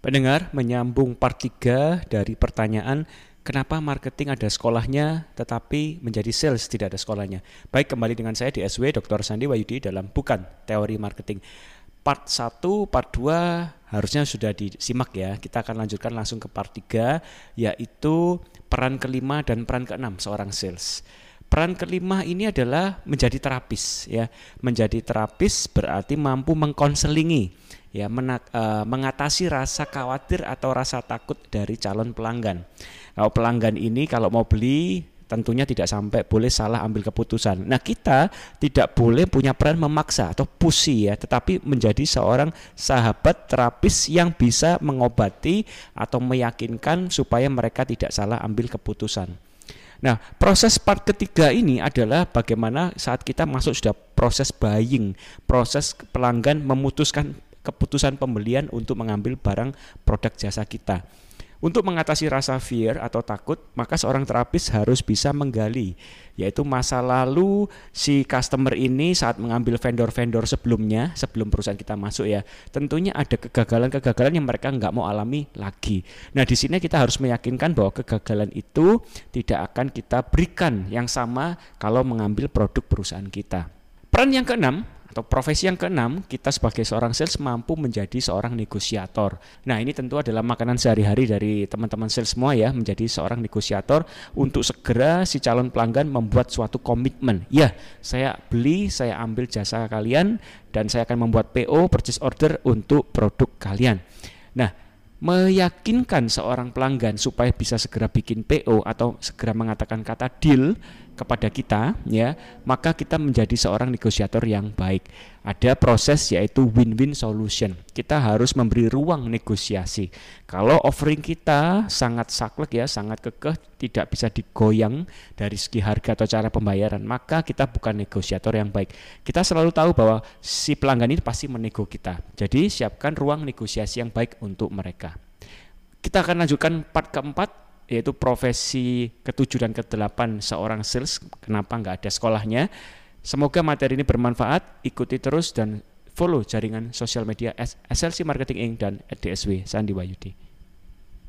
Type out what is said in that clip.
Pendengar, menyambung part 3 dari pertanyaan kenapa marketing ada sekolahnya tetapi menjadi sales tidak ada sekolahnya. Baik, kembali dengan saya di SW Dr. Sandi Wahyudi dalam Bukan Teori Marketing. Part 1, part 2 harusnya sudah disimak ya. Kita akan lanjutkan langsung ke part 3, yaitu peran kelima dan peran keenam seorang sales. Peran kelima ini adalah menjadi terapis ya. Menjadi terapis berarti mampu mengkonselingi ya, mengatasi rasa khawatir atau rasa takut dari calon pelanggan. Kalau pelanggan ini kalau mau beli tentunya tidak sampai boleh salah ambil keputusan. Nah, kita tidak boleh punya peran memaksa atau pushy ya, tetapi menjadi seorang sahabat terapis yang bisa mengobati atau meyakinkan supaya mereka tidak salah ambil keputusan. Nah, proses part ketiga ini adalah bagaimana saat kita masuk sudah proses buying, proses pelanggan memutuskan keputusan pembelian untuk mengambil barang produk jasa kita. Untuk mengatasi rasa fear atau takut, maka seorang terapis harus bisa menggali, yaitu masa lalu si customer ini saat mengambil vendor-vendor sebelumnya, sebelum perusahaan kita masuk ya. Tentunya ada kegagalan-kegagalan yang mereka nggak mau alami lagi. Nah, di sini kita harus meyakinkan bahwa kegagalan itu tidak akan kita berikan yang sama kalau mengambil produk perusahaan kita. Peran yang keenam, atau profesi yang keenam, kita sebagai seorang sales mampu menjadi seorang negosiator. Nah, ini tentu adalah makanan sehari-hari dari teman-teman sales semua ya, menjadi seorang negosiator untuk segera si calon pelanggan membuat suatu komitmen. Ya, saya beli, saya ambil jasa kalian dan saya akan membuat PO, purchase order untuk produk kalian. Nah, meyakinkan seorang pelanggan supaya bisa segera bikin PO atau segera mengatakan kata deal kepada kita ya, maka kita menjadi seorang negosiator yang baik. Ada proses yaitu win-win solution. Kita harus memberi ruang negosiasi. Kalau offering kita sangat saklek ya, sangat kekeh, tidak bisa digoyang dari segi harga atau cara pembayaran, maka kita bukan negosiator yang baik. Kita selalu tahu bahwa si pelanggan ini pasti menego kita. Jadi siapkan ruang negosiasi yang baik untuk mereka. Kita akan lanjutkan part keempat, yaitu profesi ketujuh dan ke-8 seorang sales. Kenapa nggak ada sekolahnya? Semoga materi ini bermanfaat. Ikuti terus dan follow jaringan sosial media SLC Marketing Inc. dan DSW Sandi Wahyudi.